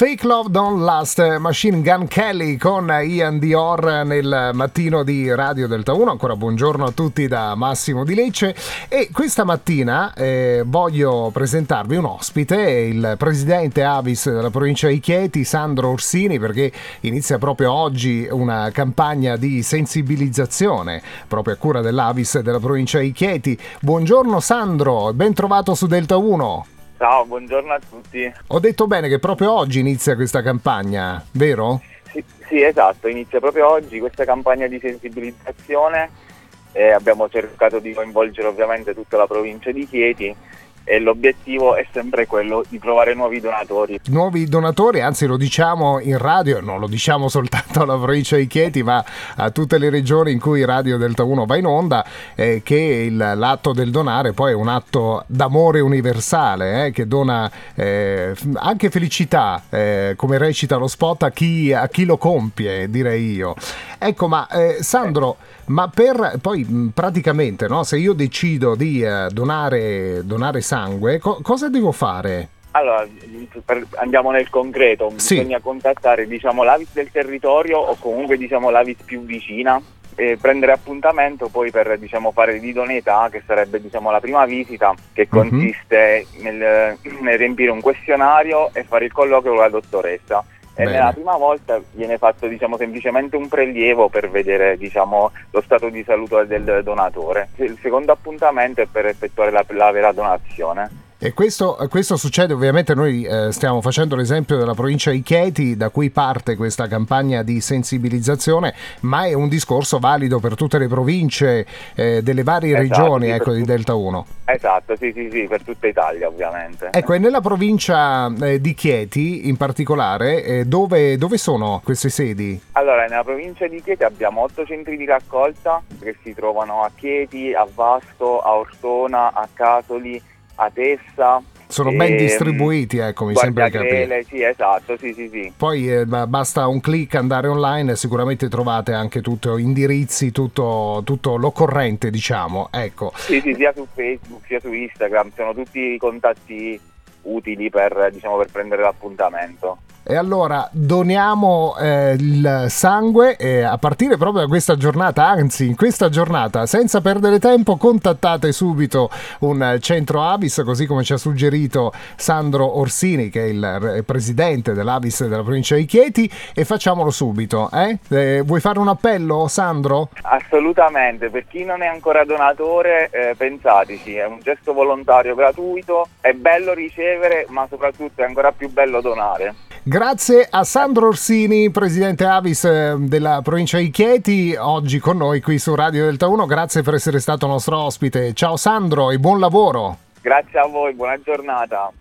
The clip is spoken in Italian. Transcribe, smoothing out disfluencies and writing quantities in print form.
Fake Love Don't Last, Machine Gun Kelly con Ian Dior nel mattino di Radio Delta 1. Ancora buongiorno a tutti da Massimo Di Lecce, e questa mattina voglio presentarvi un ospite, il presidente Avis della provincia di Chieti, Sandro Orsini, perché inizia proprio oggi una campagna di sensibilizzazione proprio a cura dell'Avis della provincia di Chieti. Buongiorno Sandro, ben trovato su Delta 1. Ciao, buongiorno a tutti. Ho detto bene che proprio oggi inizia questa campagna, vero? Sì, esatto, inizia proprio oggi questa campagna di sensibilizzazione e abbiamo cercato di coinvolgere ovviamente tutta la provincia di Chieti, e l'obiettivo è sempre quello di trovare nuovi donatori. Nuovi donatori, anzi lo diciamo in radio, non lo diciamo soltanto alla provincia di Chieti, ma a tutte le regioni in cui Radio Delta 1 va in onda, che l'atto del donare poi è un atto d'amore universale, che dona anche felicità, come recita lo spot, a chi lo compie, direi io. Ecco, ma Sandro, ma per poi praticamente, no, se io decido di donare sangue, cosa devo fare? Allora, andiamo nel concreto. Sì. Bisogna contattare l'Avis del territorio o comunque l'Avis più vicina e prendere appuntamento poi per fare l'idoneità, che sarebbe la prima visita, che consiste nel riempire un questionario e fare il colloquio con la dottoressa. E Bene. nella prima volta viene fatto semplicemente un prelievo per vedere lo stato di salute del donatore. Il secondo appuntamento è per effettuare la vera donazione. E questo succede, ovviamente noi stiamo facendo l'esempio della provincia di Chieti, da cui parte questa campagna di sensibilizzazione, ma è un discorso valido per tutte le province delle varie regioni, sì, di Delta 1. Esatto, sì, per tutta Italia ovviamente. Ecco, e nella provincia di Chieti in particolare, dove sono queste sedi? Allora, nella provincia di Chieti abbiamo 8 centri di raccolta che si trovano a Chieti, a Vasto, a Ortona, a Casoli, a Tessa. Sono ben distribuiti, mi sembra di capire. Sì, esatto, sì. Poi basta un click, andare online, e sicuramente trovate anche tutto, indirizzi, tutto l'occorrente, ecco. Sì, sia su Facebook sia su Instagram, sono tutti contatti utili per prendere l'appuntamento. E allora doniamo il sangue a partire proprio da questa giornata, anzi in questa giornata, senza perdere tempo contattate subito un centro Avis, così come ci ha suggerito Sandro Orsini, che è il presidente dell'Avis della provincia di Chieti, e facciamolo subito. Vuoi fare un appello, Sandro? Assolutamente, per chi non è ancora donatore, pensateci, è un gesto volontario gratuito, è bello ricevere, ma soprattutto è ancora più bello donare. Grazie a Sandro Orsini, presidente Avis della provincia di Chieti, oggi con noi qui su Radio Delta 1. Grazie per essere stato nostro ospite. Ciao Sandro e buon lavoro. Grazie a voi, buona giornata.